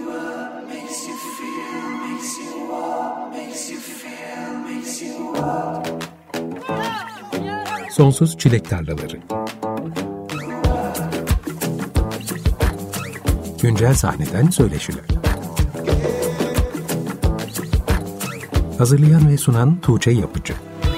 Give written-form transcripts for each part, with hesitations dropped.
up, makes you feel, makes you walk, makes you feel, makes you walk. Sonsuz Çilek Tarlaları. Güncel sahneden söyleşiler. Hazırlayan ve sunan Tuğçe Yapıcı.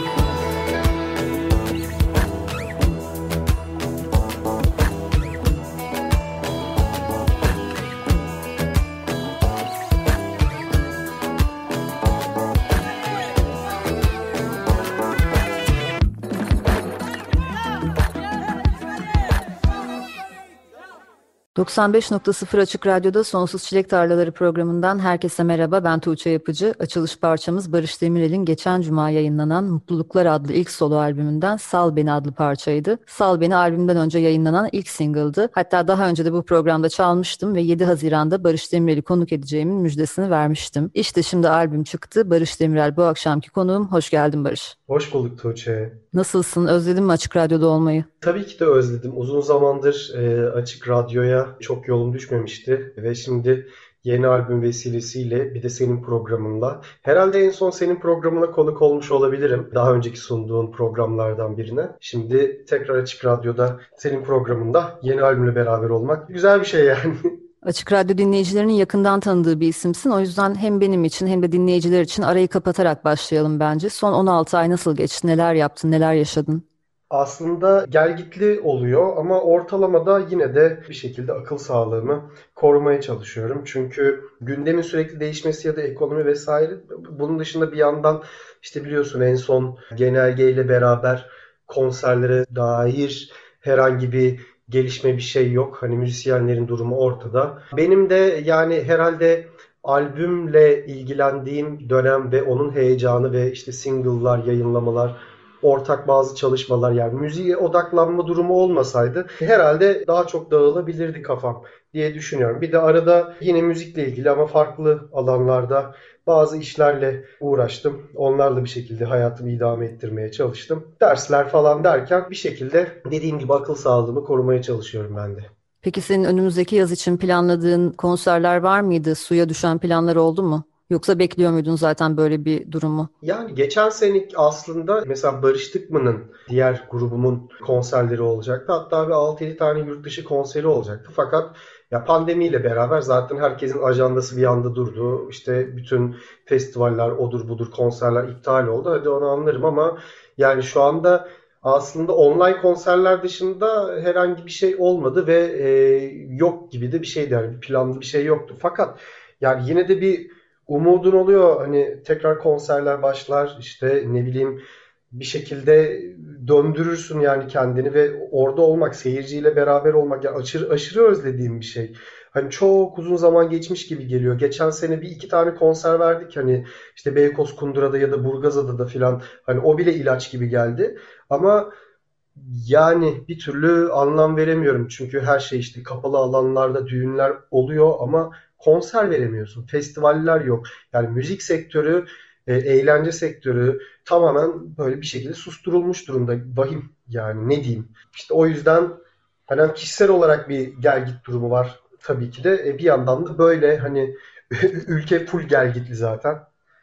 ...95.0 Açık Radyo'da Sonsuz Çilek Tarlaları programından herkese merhaba. Ben Tuğçe Yapıcı. Açılış parçamız Barış Demirel'in geçen cuma yayınlanan Mutluluklar adlı ilk solo albümünden Sal Beni adlı parçaydı. Sal Beni albümden önce yayınlanan ilk single'dı. Hatta daha önce de bu programda çalmıştım ve 7 Haziran'da Barış Demirel'i konuk edeceğimin müjdesini vermiştim. İşte şimdi albüm çıktı. Barış Demirel bu akşamki konuğum. Hoş geldin Barış. Hoş bulduk Tuğçe. Nasılsın? Özledin mi Açık Radyo'da olmayı? Tabii ki de özledim. Uzun zamandır Açık Radyo'ya çok yolum düşmemişti ve şimdi yeni albüm vesilesiyle bir de senin programınla. Herhalde en son senin programına konuk olmuş olabilirim. Daha önceki sunduğun programlardan birine. Şimdi tekrar Açık Radyo'da senin programında yeni albümle beraber olmak güzel bir şey yani. Açık Radyo dinleyicilerinin yakından tanıdığı bir isimsin. O yüzden hem benim için hem de dinleyiciler için arayı kapatarak başlayalım bence. Son 16 ay nasıl geçti? Neler yaptın? Neler yaşadın? Aslında gelgitli oluyor ama ortalamada yine de bir şekilde akıl sağlığımı korumaya çalışıyorum. Çünkü gündemin sürekli değişmesi ya da ekonomi vesaire, bunun dışında bir yandan işte biliyorsun en son genelgeyle beraber konserlere dair herhangi bir gelişme bir şey yok. Hani müzisyenlerin durumu ortada. Benim de yani herhalde albümle ilgilendiğim dönem ve onun heyecanı ve işte single'lar, yayınlamalar, ortak bazı çalışmalar, yani müziğe odaklanma durumu olmasaydı herhalde daha çok dağılabilirdi kafam diye düşünüyorum. Bir de arada yine müzikle ilgili ama farklı alanlarda bazı işlerle uğraştım. Onlarla bir şekilde hayatımı idame ettirmeye çalıştım. Dersler falan derken bir şekilde dediğim gibi akıl sağlığımı korumaya çalışıyorum ben de. Peki senin önümüzdeki yaz için planladığın konserler var mıydı? Suya düşen planlar oldu mu? Yoksa bekliyor muydun zaten böyle bir durumu? Yani geçen sene aslında mesela Barış Tıkman'ın diğer grubumun konserleri olacaktı. Hatta bir 6-7 tane yurt dışı konseri olacaktı. Fakat ya pandemiyle beraber zaten herkesin ajandası bir anda durdu. İşte bütün festivaller, odur budur konserler iptal oldu. Hadi onu anlarım ama yani şu anda aslında online konserler dışında herhangi bir şey olmadı ve yok gibi de bir şeydi. Yani bir planlı bir şey yoktu. Fakat yani yine de bir umudun oluyor, hani tekrar konserler başlar, işte ne bileyim bir şekilde döndürürsün yani kendini ve orada olmak, seyirciyle beraber olmak yani aşırı özlediğim bir şey. Hani çok uzun zaman geçmiş gibi geliyor. Geçen sene bir iki tane konser verdik, hani işte Beykoz Kundura'da ya da Burgazada'da filan, hani o bile ilaç gibi geldi. Ama yani bir türlü anlam veremiyorum çünkü her şey işte kapalı alanlarda düğünler oluyor ama konser veremiyorsun. Festivaller yok. Yani müzik sektörü, eğlence sektörü tamamen böyle bir şekilde susturulmuş durumda. Vahim yani, ne diyeyim. İşte o yüzden hani kişisel olarak bir gelgit durumu var tabii ki de. Bir yandan da böyle hani ülke full gelgitli zaten.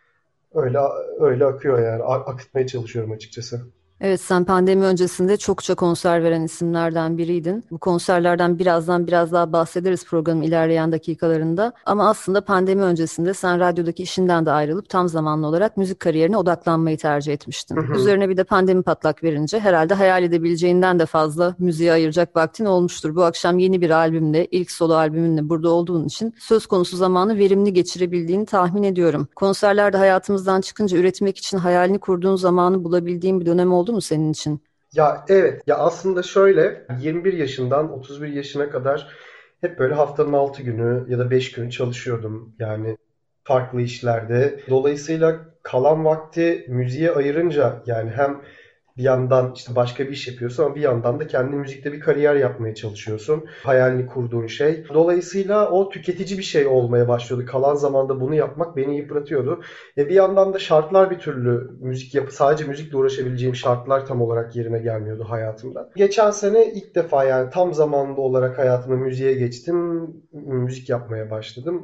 Öyle akıyor yani. Akıtmaya çalışıyorum açıkçası. Evet, sen pandemi öncesinde çokça konser veren isimlerden biriydin. Bu konserlerden biraz daha bahsederiz programın ilerleyen dakikalarında. Ama aslında pandemi öncesinde sen radyodaki işinden de ayrılıp tam zamanlı olarak müzik kariyerine odaklanmayı tercih etmiştin. Hı hı. Üzerine bir de pandemi patlak verince herhalde hayal edebileceğinden de fazla müziğe ayıracak vaktin olmuştur. Bu akşam yeni bir albümle, ilk solo albümünle burada olduğun için söz konusu zamanı verimli geçirebildiğini tahmin ediyorum. Konserlerde hayatımızdan çıkınca üretmek için hayalini kurduğun zamanı bulabildiğin bir dönem oldu mu senin için? Ya evet, ya aslında şöyle 21 yaşından 31 yaşına kadar hep böyle haftanın 6 günü ya da 5 günü çalışıyordum. Yani farklı işlerde. Dolayısıyla kalan vakti müziğe ayırınca yani hem bir yandan işte başka bir iş yapıyorsun ama bir yandan da kendi müzikte bir kariyer yapmaya çalışıyorsun. Hayalini kurduğun şey. Dolayısıyla o tüketici bir şey olmaya başladı. Kalan zamanda bunu yapmak beni yıpratıyordu. Bir yandan da şartlar bir türlü sadece müzikle uğraşabileceğim şartlar tam olarak yerine gelmiyordu hayatımda. Geçen sene ilk defa yani tam zamanlı olarak hayatıma müziğe geçtim. Müzik yapmaya başladım.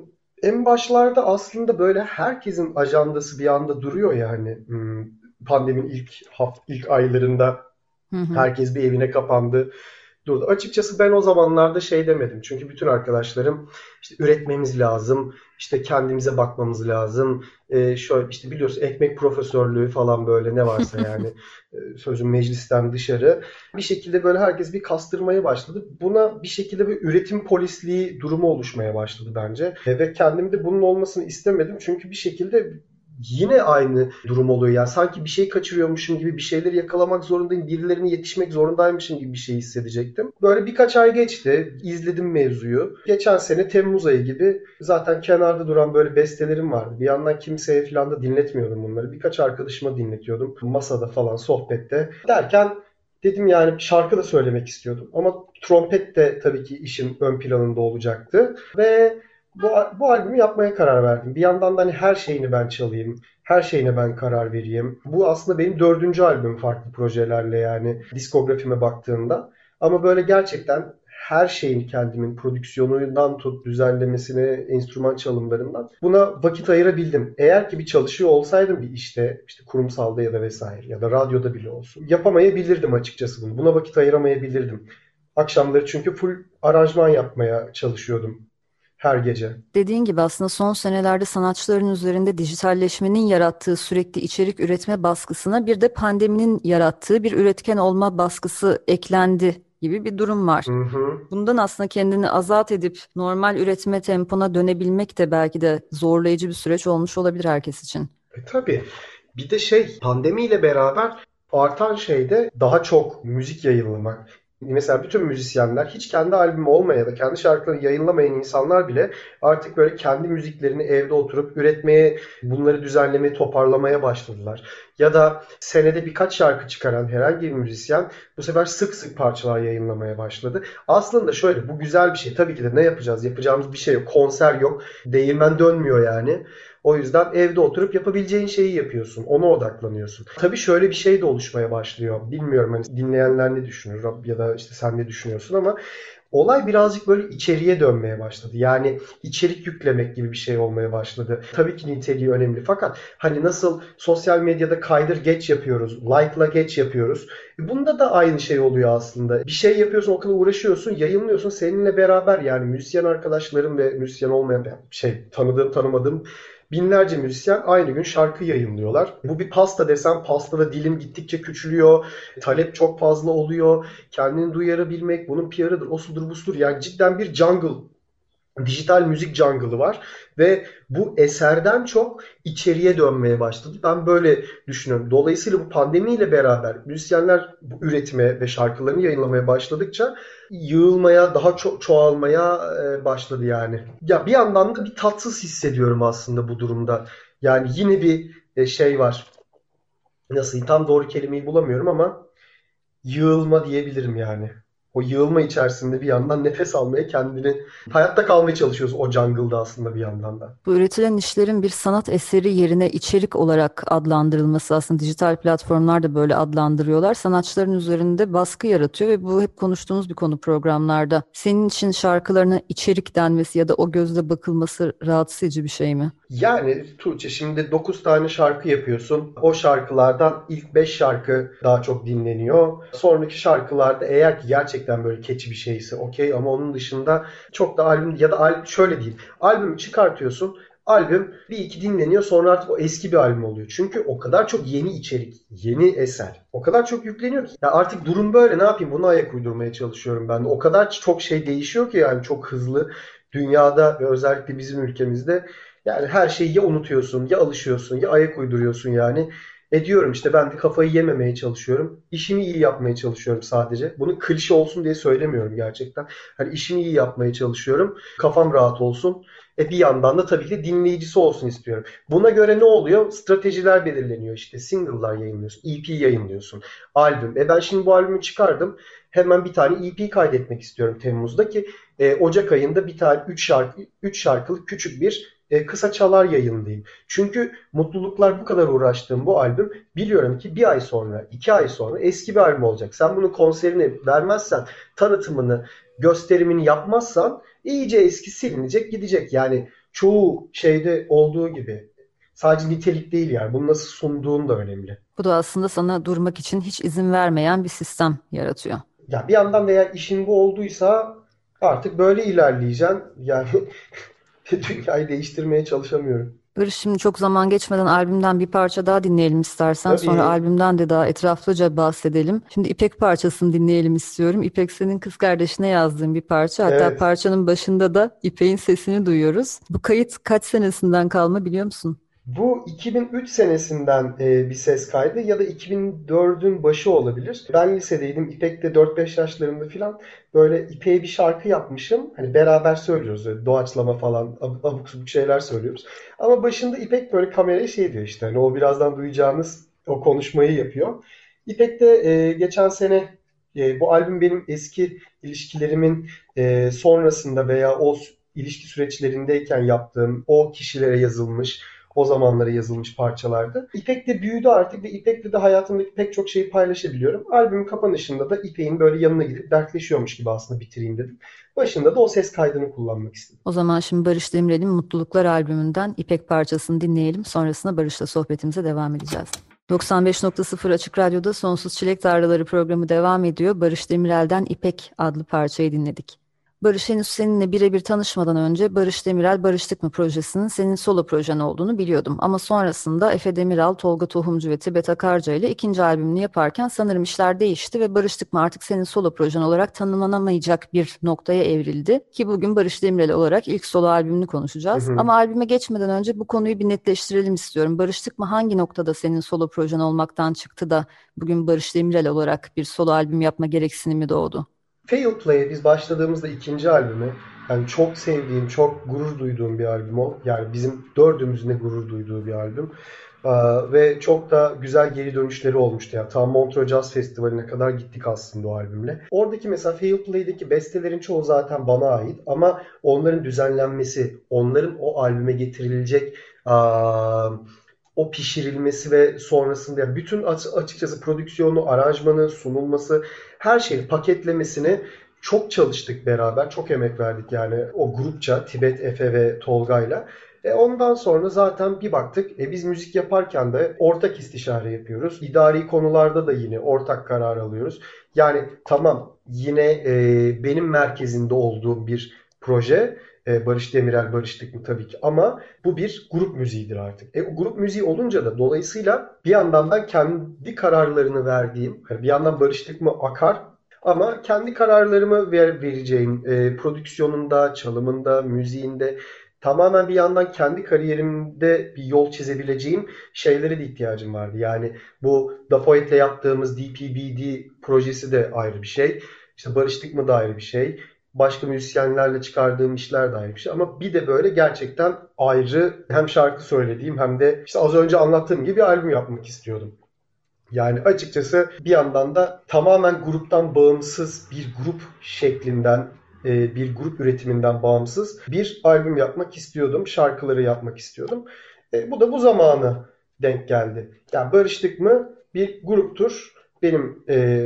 En başlarda aslında böyle herkesin ajandası bir anda duruyor yani. Pandeminin ilk aylarında Hı hı. herkes bir evine kapandı. Durdu. Açıkçası ben o zamanlarda şey demedim. Çünkü bütün arkadaşlarım işte üretmemiz lazım, işte kendimize bakmamız lazım. Şöyle işte biliyorsun ekmek profesörlüğü falan böyle ne varsa yani sözüm meclisten dışarı. Bir şekilde böyle herkes bir kastırmaya başladı. Buna bir şekilde bir üretim polisliği durumu oluşmaya başladı bence. Ve kendim de bunun olmasını istemedim. Çünkü bir şekilde yine aynı durum oluyor. Yani sanki bir şey kaçırıyormuşum gibi bir şeyleri yakalamak zorundayım. Birilerine yetişmek zorundaymışım gibi bir şey hissedecektim. Böyle birkaç ay geçti. İzledim mevzuyu. Geçen sene Temmuz ayı gibi zaten kenarda duran böyle bestelerim vardı. Bir yandan kimseye falan da dinletmiyordum bunları. Birkaç arkadaşıma dinletiyordum. Masada falan, sohbette. Derken dedim yani şarkı da söylemek istiyordum. Ama trompet de tabii ki işin ön planında olacaktı. Ve bu albümü yapmaya karar verdim. Bir yandan da hani her şeyini ben çalayım, her şeyine ben karar vereyim. Bu aslında benim dördüncü albüm farklı projelerle yani diskografime baktığımda. Ama böyle gerçekten her şeyini kendimin prodüksiyonundan tut, düzenlemesine, enstrüman çalımlarından buna vakit ayırabildim. Eğer ki bir çalışıyor olsaydım bir işte kurumsalda ya da vesaire ya da radyoda bile olsun yapamayabilirdim açıkçası bunu. Buna vakit ayıramayabilirdim. Akşamları çünkü full aranjman yapmaya çalışıyordum her gece. Dediğin gibi aslında son senelerde sanatçıların üzerinde dijitalleşmenin yarattığı sürekli içerik üretme baskısına bir de pandeminin yarattığı bir üretken olma baskısı eklendi gibi bir durum var. Hı hı. Bundan aslında kendini azat edip normal üretme tempona dönebilmek de belki de zorlayıcı bir süreç olmuş olabilir herkes için. Tabii. Bir de pandemiyle beraber artan şey de daha çok müzik yayınlamak. Mesela bütün müzisyenler hiç kendi albümü olmayan ya da kendi şarkılarını yayınlamayan insanlar bile artık böyle kendi müziklerini evde oturup üretmeye, bunları düzenlemeye, toparlamaya başladılar. Ya da senede birkaç şarkı çıkaran herhangi bir müzisyen bu sefer sık sık parçalar yayınlamaya başladı. Aslında şöyle bu güzel bir şey. Tabii ki de ne yapacağız? Yapacağımız bir şey yok. Konser yok. Değirmen dönmüyor yani. O yüzden evde oturup yapabileceğin şeyi yapıyorsun. Ona odaklanıyorsun. Tabii şöyle bir şey de oluşmaya başlıyor. Bilmiyorum hani dinleyenler ne düşünür ya da işte sen ne düşünüyorsun ama olay birazcık böyle içeriye dönmeye başladı. Yani içerik yüklemek gibi bir şey olmaya başladı. Tabii ki niteliği önemli fakat hani nasıl sosyal medyada kaydır geç yapıyoruz, like'la geç yapıyoruz. Bunda da aynı şey oluyor aslında. Bir şey yapıyorsun, o kadar uğraşıyorsun, yayınlıyorsun seninle beraber yani müzisyen arkadaşlarım ve müzisyen olmayan tanıdığım tanımadığım binlerce müzisyen aynı gün şarkı yayınlıyorlar. Bu bir pasta desem pastada dilim gittikçe küçülüyor. Talep çok fazla oluyor. Kendini duyurabilmek bunun PR'ıdır, o sudur, bu sudur. Yani cidden bir jungle, dijital müzik jungle'ı var ve bu eserden çok içeriye dönmeye başladı. Ben böyle düşünüyorum. Dolayısıyla bu pandemiyle beraber müzisyenler bu üretime ve şarkılarını yayınlamaya başladıkça yığılmaya, daha çok çoğalmaya başladı yani. Ya bir yandan da bir tatsız hissediyorum aslında bu durumda. Yani yine bir şey var. Nasıl tam doğru kelimeyi bulamıyorum ama yığılma diyebilirim yani. O yığılma içerisinde bir yandan nefes almaya kendini hayatta kalmaya çalışıyoruz o jungle'da aslında bir yandan da. Bu üretilen işlerin bir sanat eseri yerine içerik olarak adlandırılması aslında dijital platformlar da böyle adlandırıyorlar. Sanatçıların üzerinde baskı yaratıyor ve bu hep konuştuğumuz bir konu programlarda. Senin için şarkılarına içerik denmesi ya da o gözle bakılması rahatsız edici bir şey mi? Yani Tuğçe şimdi 9 tane şarkı yapıyorsun. O şarkılardan ilk 5 şarkı daha çok dinleniyor. Sonraki şarkılarda eğer ki gerçekten böyle catchy bir şeyse okey ama onun dışında çok da albüm ya da şöyle değil. Albümü çıkartıyorsun. Albüm bir iki dinleniyor sonra artık o eski bir albüm oluyor. Çünkü o kadar çok yeni içerik, yeni eser. O kadar çok yükleniyor ki. Ya artık durum böyle ne yapayım buna ayak uydurmaya çalışıyorum ben de. O kadar çok şey değişiyor ki yani çok hızlı. Dünyada ve özellikle bizim ülkemizde yani her şeyi ya unutuyorsun, ya alışıyorsun, ya ayak uyduruyorsun yani. Ediyorum işte ben de kafayı yememeye çalışıyorum. İşimi iyi yapmaya çalışıyorum sadece. Bunu klişe olsun diye söylemiyorum gerçekten. Hani işimi iyi yapmaya çalışıyorum. Kafam rahat olsun. Bir yandan da tabii ki dinleyicisi olsun istiyorum. Buna göre ne oluyor? Stratejiler belirleniyor işte. Single'lar yayınlıyorsun, EP yayınlıyorsun, albüm. Ben şimdi bu albümü çıkardım. Hemen bir tane EP kaydetmek istiyorum Temmuz'da ki Ocak ayında bir tane 3 şarkılık küçük bir kısa çalar yayınlayayım. Çünkü mutluluklar bu kadar uğraştığım bu albüm biliyorum ki bir ay sonra, 2 ay sonra eski bir albüm olacak. Sen bunun konserini vermezsen, tanıtımını, gösterimini yapmazsan iyice eski silinecek gidecek. Yani çoğu şeyde olduğu gibi sadece nitelik değil yani. Bunu nasıl sunduğun da önemli. Bu da aslında sana durmak için hiç izin vermeyen bir sistem yaratıyor. Ya bir yandan da eğer işin bu olduysa artık böyle ilerleyeceksin. Yani dünyayı değiştirmeye çalışamıyorum. Barış, şimdi çok zaman geçmeden albümden bir parça daha dinleyelim istersen. Sonra Tabii. albümden de daha etraflıca bahsedelim. Şimdi İpek parçasını dinleyelim istiyorum. İpek senin kız kardeşine yazdığın bir parça. Hatta Evet. parçanın başında da İpek'in sesini duyuyoruz. Bu kayıt kaç senesinden kalma biliyor musun? Bu 2003 senesinden bir ses kaydı ya da 2004'ün başı olabilir. Ben lisedeydim. İpek de 4-5 yaşlarında falan. Böyle İpek'e bir şarkı yapmışım. Hani beraber söylüyoruz. Böyle doğaçlama falan abuk subuk şeyler söylüyoruz. Ama başında İpek böyle kameraya şey diyor işte. Hani o birazdan duyacağınız o konuşmayı yapıyor. İpek de geçen sene bu albüm benim eski ilişkilerimin sonrasında veya o ilişki süreçlerindeyken yaptığım o kişilere yazılmış, o zamanlara yazılmış parçalardı. İpek de büyüdü artık ve İpek'le de hayatımdaki pek çok şeyi paylaşabiliyorum. Albümün kapanışında da İpek'in böyle yanına gidip dertleşiyormuş gibi aslında bitireyim dedim. Başında da o ses kaydını kullanmak istedim. O zaman şimdi Barış Demirel'in Mutluluklar albümünden İpek parçasını dinleyelim. Sonrasında Barış'la sohbetimize devam edeceğiz. 95.0 Açık Radyo'da Sonsuz Çilek Tarlaları programı devam ediyor. Barış Demirel'den İpek adlı parçayı dinledik. Barış, henüz seninle birebir tanışmadan önce Barış Demirel Barıştık mı projesinin senin solo projen olduğunu biliyordum. Ama sonrasında Efe Demiral, Tolga Tohumcu ve Tibet Akarca ile ikinci albümünü yaparken sanırım işler değişti ve Barıştık mı artık senin solo projen olarak tanımlanamayacak bir noktaya evrildi. Ki bugün Barış Demirel olarak ilk solo albümünü Hı konuşacağız. hı. Ama albüme geçmeden önce bu konuyu bir netleştirelim istiyorum. Barıştık mı hangi noktada senin solo projen olmaktan çıktı da bugün Barış Demirel olarak bir solo albüm yapma gereksinimi doğdu? Fail Play'e biz başladığımızda ikinci albümü yani çok sevdiğim, çok gurur duyduğum bir albüm o. Yani bizim dördümüzün de gurur duyduğu bir albüm. Ve çok da güzel geri dönüşleri olmuştu. Yani tam Montreux Jazz Festivali'ne kadar gittik aslında o albümle. Oradaki mesela Fail Play'deki bestelerin çoğu zaten bana ait ama onların düzenlenmesi, onların o albüme getirilecek o pişirilmesi ve sonrasında yani bütün açıkçası prodüksiyonu, aranjmanı, sunulması, her şeyi paketlemesini çok çalıştık beraber. Çok emek verdik yani o grupça Tibet, Efe ve Tolga'yla. Ondan sonra zaten bir baktık biz müzik yaparken de ortak istişare yapıyoruz. İdari konularda da yine ortak karar alıyoruz. Yani tamam yine benim merkezinde olduğum bir proje. Barış Demirel Barıştık mı tabii ki ama bu bir grup müziğidir artık. O grup müziği olunca da dolayısıyla bir yandan ben kendi kararlarını verdiğim, yani bir yandan Barıştık mı akar ama kendi kararlarımı vereceğim prodüksiyonunda, çalımında, müziğinde tamamen bir yandan kendi kariyerimde bir yol çizebileceğim şeylere de ihtiyacım vardı. Yani bu Da Poet'le yaptığımız DPBD projesi de ayrı bir şey. İşte Barıştık mı da ayrı bir şey. Başka müzisyenlerle çıkardığım işler de ayrı bir şey. Ama bir de böyle gerçekten ayrı hem şarkı söylediğim hem de işte az önce anlattığım gibi bir albüm yapmak istiyordum. Yani açıkçası bir yandan da tamamen gruptan bağımsız bir grup şeklinden, bir grup üretiminden bağımsız bir albüm yapmak istiyordum. Şarkıları yapmak istiyordum. Bu da bu zamanı denk geldi. Yani Barıştık mı bir gruptur. Benim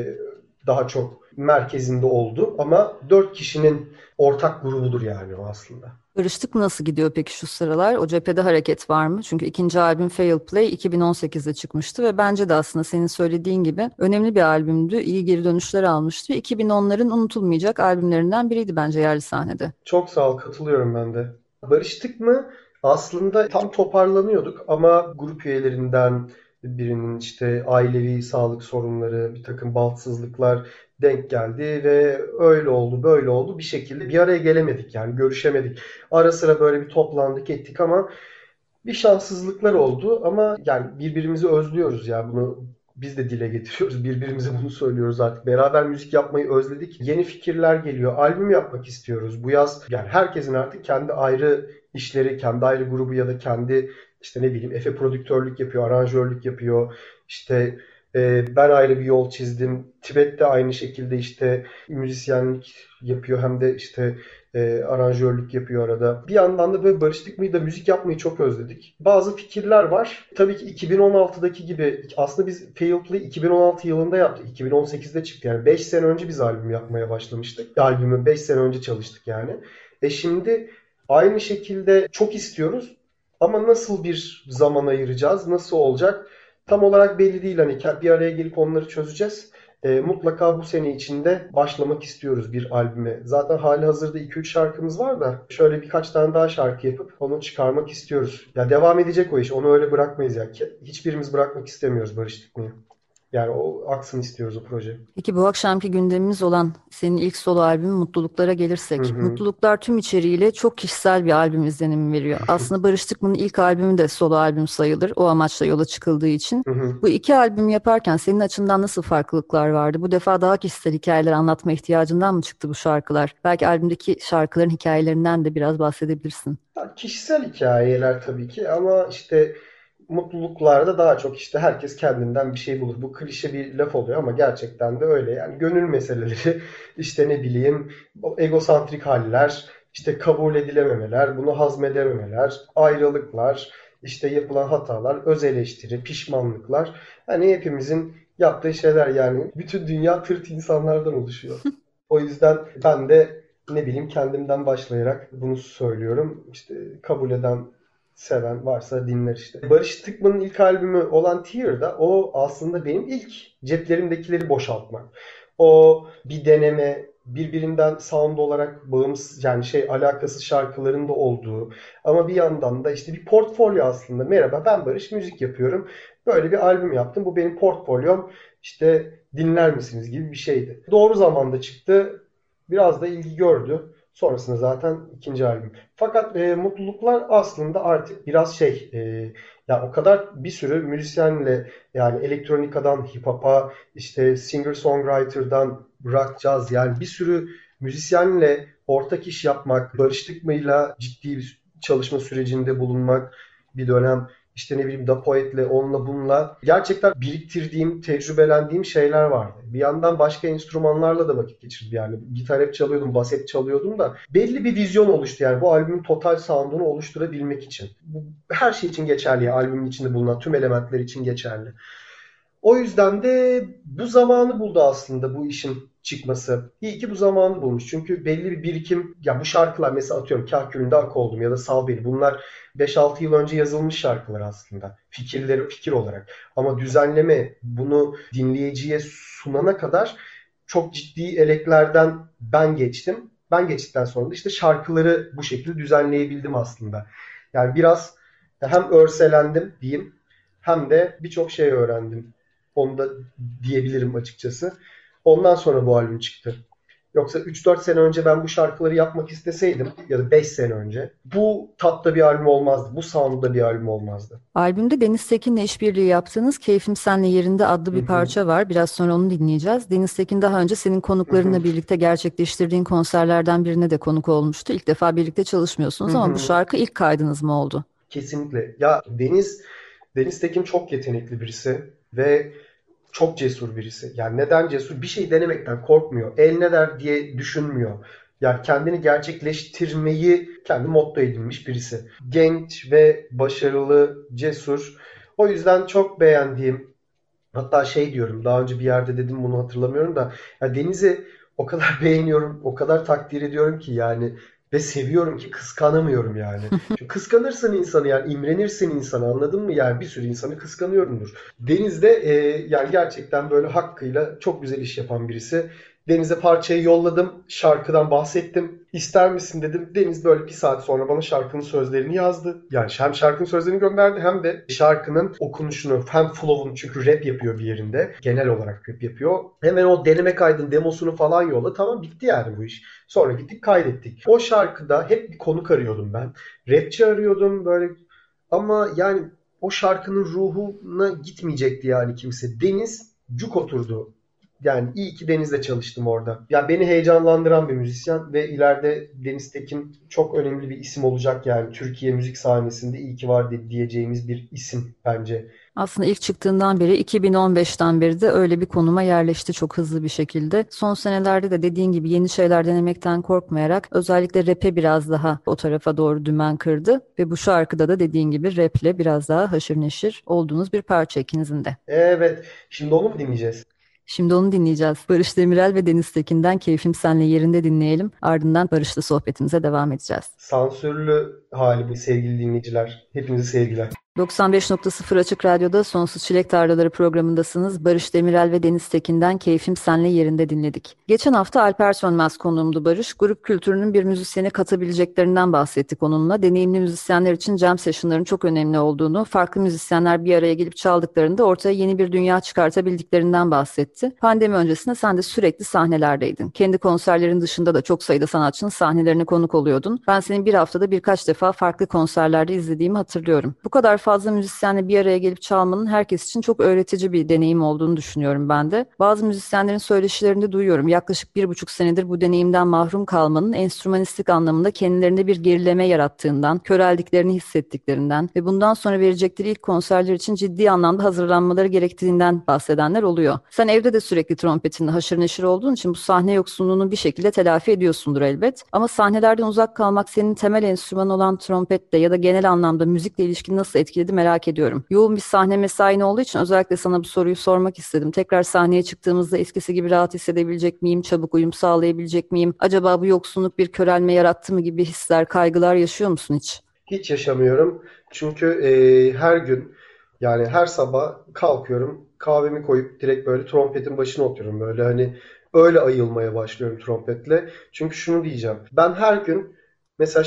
daha çok merkezinde oldu ama 4 kişinin ortak grubudur yani o aslında. Barıştık nasıl gidiyor peki şu sıralar? O cephede hareket var mı? Çünkü ikinci albüm Fail Play 2018'de çıkmıştı ve bence de aslında senin söylediğin gibi önemli bir albümdü. İyi geri dönüşler almıştı. 2010'ların unutulmayacak albümlerinden biriydi bence yerli sahnede. Çok sağ ol, katılıyorum ben de. Barıştık mı? Aslında tam toparlanıyorduk ama grup üyelerinden birinin işte ailevi sağlık sorunları, bir takım bahtsızlıklar denk geldi ve öyle oldu, böyle oldu. Bir şekilde bir araya gelemedik yani görüşemedik. Ara sıra böyle bir toplandık ettik ama bir şanssızlıklar oldu ama yani birbirimizi özlüyoruz ya bunu biz de dile getiriyoruz. Birbirimize bunu söylüyoruz artık. Beraber müzik yapmayı özledik. Yeni fikirler geliyor. Albüm yapmak istiyoruz. Bu yaz yani herkesin artık kendi ayrı işleri, kendi ayrı grubu ya da kendi işte ne bileyim Efe prodüktörlük yapıyor, aranjörlük yapıyor. İşte ben ayrı bir yol çizdim. Tibet de aynı şekilde işte müzisyenlik yapıyor hem de işte aranjörlük yapıyor arada. Bir yandan da böyle Barıştık mıydı müzik yapmayı çok özledik. Bazı fikirler var. Tabii ki 2016'daki gibi aslında biz Fail Play 2016 yılında yaptık. 2018'de çıktı. Yani 5 sene önce biz albüm yapmaya başlamıştık. Albümü 5 sene önce çalıştık yani. Şimdi Aynı şekilde çok istiyoruz ama nasıl bir zaman ayıracağız, nasıl olacak? Tam olarak belli değil. Hani bir araya gelip onları çözeceğiz. Mutlaka bu sene içinde başlamak istiyoruz bir albüme. Zaten hali hazırda 2-3 şarkımız var da şöyle birkaç tane daha şarkı yapıp onu çıkarmak istiyoruz. Ya devam edecek o iş. Onu öyle bırakmayız ya. Hiçbirimiz bırakmak istemiyoruz Barıştık mı? Yani o aksın istiyoruz o proje. Peki bu akşamki gündemimiz olan senin ilk solo albümün Mutluluklara Hı gelirsek. hı. Mutluluklar tüm içeriğiyle çok kişisel bir albüm izlenimi veriyor. Aslında Barış Tıkman'ın ilk albümü de solo albüm sayılır. O amaçla yola çıkıldığı için. Hı hı. Bu iki albüm yaparken senin açından nasıl farklılıklar vardı? Bu defa daha kişisel hikayeler anlatma ihtiyacından mı çıktı bu şarkılar? Belki albümdeki şarkıların hikayelerinden de biraz bahsedebilirsin. Ya kişisel hikayeler tabii ki ama işte mutluluklarda daha çok işte herkes kendinden bir şey bulur. Bu klişe bir laf oluyor ama gerçekten de öyle. Yani gönül meseleleri, işte ne bileyim, o egosantrik haller, işte kabul edilememeler, bunu hazmedememeler, ayrılıklar, işte yapılan hatalar, öz eleştiri, pişmanlıklar. Hani hepimizin yaptığı şeyler yani. Bütün dünya tırt insanlardan oluşuyor. O yüzden ben de ne bileyim kendimden başlayarak bunu söylüyorum. İşte kabul eden, seven varsa dinler işte. Barış Tıkman'ın ilk albümü olan Tear'da o aslında benim ilk ceplerimdekileri boşaltmak. O bir deneme, birbirinden sound olarak bağımsız yani alakasız şarkıların da olduğu ama bir yandan da işte bir portfolyo aslında. Merhaba ben Barış müzik yapıyorum. Böyle bir albüm yaptım. Bu benim portfolyom. İşte dinler misiniz gibi bir şeydi. Doğru zamanda çıktı. Biraz da ilgi gördü. Sonrasında zaten ikinci albüm. Fakat Mutluluklar aslında artık biraz ya o kadar bir sürü müzisyenle yani elektronikadan hip hop'a işte singer songwriter'dan rock jazz yani bir sürü müzisyenle ortak iş yapmak, Barış Tıkma'yla ciddi bir çalışma sürecinde bulunmak bir dönem işte ne bileyim Da Poet'le onunla bununla gerçekten biriktirdiğim, tecrübelendiğim şeyler vardı. Bir yandan başka enstrümanlarla da vakit geçirdim yani. Gitar hep çalıyordum, bas hep çalıyordum da belli bir vizyon oluştu yani bu albümün total sound'unu oluşturabilmek için. Bu her şey için geçerli, albümün içinde bulunan tüm elementler için geçerli. O yüzden de bu zamanı buldu aslında bu işin çıkması. İyi ki bu zamanı bulmuş. Çünkü belli bir birikim, ya bu şarkılar mesela atıyorum Kahkülünde Ak Oldum ya da Sal Beni. Bunlar 5-6 yıl önce yazılmış şarkılar aslında. Fikir olarak. Ama düzenleme bunu dinleyiciye sunana kadar çok ciddi eleklerden ben geçtim. Ben geçtikten sonra da işte şarkıları bu şekilde düzenleyebildim aslında. Yani biraz hem örselendim diyeyim hem de birçok şey öğrendim. Onu da diyebilirim açıkçası. Ondan sonra bu albüm çıktı. Yoksa 3-4 sene önce ben bu şarkıları yapmak isteseydim ya da 5 sene önce bu tatta bir albüm olmazdı. Bu sound'da bir albüm olmazdı. Albümde Deniz Tekin'le işbirliği yaptığınız Keyfim Senle Yerinde adlı Hı bir hı, parça var. Biraz sonra onu dinleyeceğiz. Deniz Tekin daha önce senin hı hı, konuklarınla birlikte gerçekleştirdiğin konserlerden birine de konuk olmuştu. İlk defa birlikte hı çalışmıyorsunuz ama bu hı. şarkı ilk kaydınız mı oldu? Kesinlikle. Ya Deniz Tekin çok yetenekli birisi ve çok cesur birisi. Yani neden cesur? Bir şey denemekten korkmuyor. El ne der diye düşünmüyor. Yani kendini gerçekleştirmeyi kendi motto edinmiş birisi. Genç ve başarılı, cesur. O yüzden çok beğendiğim, hatta şey diyorum, daha önce bir yerde dedim bunu hatırlamıyorum da, ya Deniz'i o kadar beğeniyorum, o kadar takdir ediyorum ki yani ve seviyorum ki kıskanamıyorum yani. Çünkü kıskanırsın insanı yani imrenirsin insanı anladın mı? Yani bir sürü insanı kıskanıyorumdur. Deniz de yani gerçekten böyle hakkıyla çok güzel iş yapan birisi. Deniz'e parçayı yolladım. Şarkıdan bahsettim. İster misin dedim. Deniz böyle bir saat sonra bana şarkının sözlerini yazdı. Yani hem şarkının sözlerini gönderdi hem de şarkının okunuşunu hem flow'unu çünkü rap yapıyor bir yerinde. Genel olarak rap yapıyor. Hemen o deneme kaydın demosunu falan yolla. Tamam bitti yani bu iş. Sonra gittik kaydettik. O şarkıda hep bir konuk arıyordum ben. Rapçi arıyordum böyle ama yani o şarkının ruhuna gitmeyecekti yani kimse. Deniz cuk oturdu. Yani iyi ki Deniz'le çalıştım orada. Ya beni heyecanlandıran bir müzisyen ve ileride Deniz Tekin çok önemli bir isim olacak yani Türkiye müzik sahnesinde iyi ki var diyeceğimiz bir isim bence. Aslında ilk çıktığından beri 2015'ten beri de öyle bir konuma yerleşti çok hızlı bir şekilde. Son senelerde de dediğin gibi yeni şeyler denemekten korkmayarak özellikle rap'e biraz daha o tarafa doğru dümen kırdı. Ve bu şarkıda da dediğin gibi rap'le biraz daha haşır neşir olduğunuz bir parça ikinizin de. Evet, şimdi onu mu dinleyeceğiz? Şimdi onu dinleyeceğiz. Barış Demirel ve Deniz Tekin'den Keyfim Senle Yerinde dinleyelim. Ardından Barış'la sohbetimize devam edeceğiz. Sansürlü halimi sevgili dinleyiciler. Hepinize sevgiler. 95.0 Açık Radyo'da Sonsuz Çilek Tarlaları programındasınız. Barış Demirel ve Deniz Tekin'den Keyfim Senle Yerinde dinledik. Geçen hafta Alper Sönmez konuğumdu Barış. Grup kültürünün bir müzisyene katabileceklerinden bahsettik onunla. Deneyimli müzisyenler için jam session'ların çok önemli olduğunu, farklı müzisyenler bir araya gelip çaldıklarında ortaya yeni bir dünya çıkartabildiklerinden bahsetti. Pandemi öncesinde sen de sürekli sahnelerdeydin. Kendi konserlerin dışında da çok sayıda sanatçının sahnelerine konuk oluyordun. Ben senin bir haftada birkaç defa farklı konserlerde izlediğimi hatırlıyorum. Bu kadar fazla müzisyenle bir araya gelip çalmanın herkes için çok öğretici bir deneyim olduğunu düşünüyorum ben de. Bazı müzisyenlerin söyleşilerinde duyuyorum. Yaklaşık 1,5 senedir bu deneyimden mahrum kalmanın enstrümanistik anlamında kendilerinde bir gerileme yarattığından, köreldiklerini hissettiklerinden ve bundan sonra verecekleri ilk konserler için ciddi anlamda hazırlanmaları gerektiğinden bahsedenler oluyor. Sen evde de sürekli trompetinle haşır neşir olduğun için bu sahne yoksunluğunu bir şekilde telafi ediyorsundur elbet. Ama sahnelerden uzak kalmak senin temel enstrümanı olan trompetle ya da genel anlamda müzikle ilişkini nasıl etkiledi merak ediyorum. Yoğun bir sahne mesain olduğu için özellikle sana bu soruyu sormak istedim. Tekrar sahneye çıktığımızda eskisi gibi rahat hissedebilecek miyim? Çabuk uyum sağlayabilecek miyim? Acaba bu yoksunluk bir körelme yarattı mı gibi hisler, kaygılar yaşıyor musun hiç? Hiç yaşamıyorum. Çünkü her gün yani her sabah kalkıyorum, kahvemi koyup direkt böyle trompetin başına oturuyorum. Böyle hani öyle ayılmaya başlıyorum trompetle. Çünkü şunu diyeceğim. Ben her gün mesela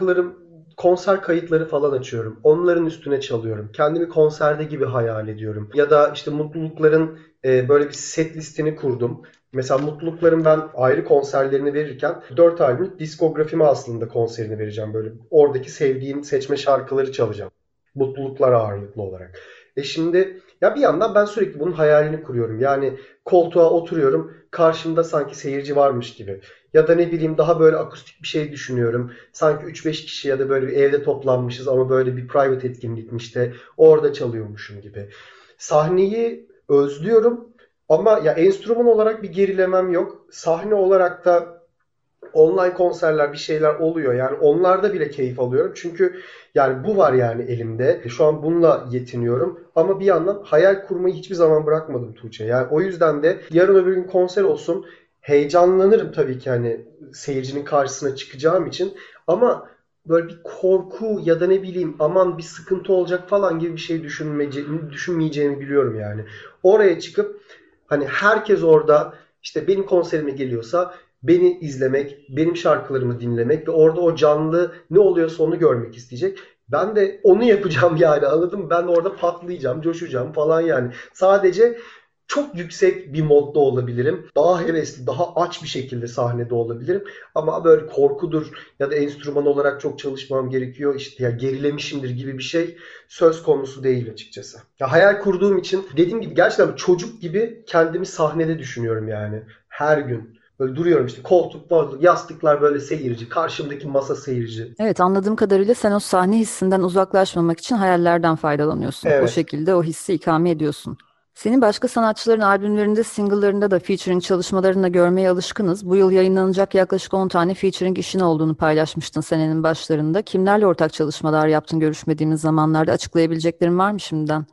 konser kayıtları falan açıyorum. Onların üstüne çalıyorum. Kendimi konserde gibi hayal ediyorum. Ya da işte Mutlulukların böyle bir set listini kurdum. Mesela Mutlulukların ben ayrı konserlerini verirken 4 albümlük diskografimi aslında konserini vereceğim. Böyle oradaki sevdiğim seçme şarkıları çalacağım. Mutluluklar ağırlıklı olarak. Şimdi ya bir yandan ben sürekli bunun hayalini kuruyorum. Yani koltuğa oturuyorum, karşımda sanki seyirci varmış gibi. Ya da ne bileyim daha böyle akustik bir şey düşünüyorum. Sanki 3-5 kişi ya da böyle bir evde toplanmışız ama böyle bir private etkinlikmiş de orada çalıyormuşum gibi. Sahneyi özlüyorum ama ya enstrüman olarak bir gerilemem yok. Sahne olarak da online konserler bir şeyler oluyor. Yani onlarda bile keyif alıyorum. Çünkü yani bu var yani elimde. Şu an bununla yetiniyorum. Ama bir yandan hayal kurmayı hiçbir zaman bırakmadım Tuğçe. Yani o yüzden de yarın öbür gün konser olsun. Heyecanlanırım tabii ki hani seyircinin karşısına çıkacağım için. Ama böyle bir korku ya da ne bileyim aman bir sıkıntı olacak falan gibi bir şey düşünmeyeceğimi biliyorum yani. Oraya çıkıp hani herkes orada işte benim konserime geliyorsa beni izlemek, benim şarkılarımı dinlemek ve orada o canlı ne oluyorsa onu görmek isteyecek. Ben de onu yapacağım yani anladın mı? Ben de orada patlayacağım, coşacağım falan yani. Sadece çok yüksek bir modda olabilirim. Daha hevesli, daha aç bir şekilde sahnede olabilirim. Ama böyle korkudur ya da enstrüman olarak çok çalışmam gerekiyor. İşte ya gerilemişimdir gibi bir şey söz konusu değil açıkçası. Ya hayal kurduğum için dediğim gibi gerçekten çocuk gibi kendimi sahnede düşünüyorum yani. Her gün. Böyle duruyorum işte koltuk, yastıklar böyle seyirci, karşımdaki masa seyirci. Evet, anladığım kadarıyla sen o sahne hissinden uzaklaşmamak için hayallerden faydalanıyorsun. O Evet. şekilde o hissi ikame ediyorsun. Senin başka sanatçıların albümlerinde, single'larında da featuring çalışmalarını da görmeye alışkınız. Bu yıl yayınlanacak yaklaşık 10 tane featuring işin olduğunu paylaşmıştın senenin başlarında. Kimlerle ortak çalışmalar yaptın görüşmediğimiz zamanlarda? Açıklayabileceklerin var mı şimdiden?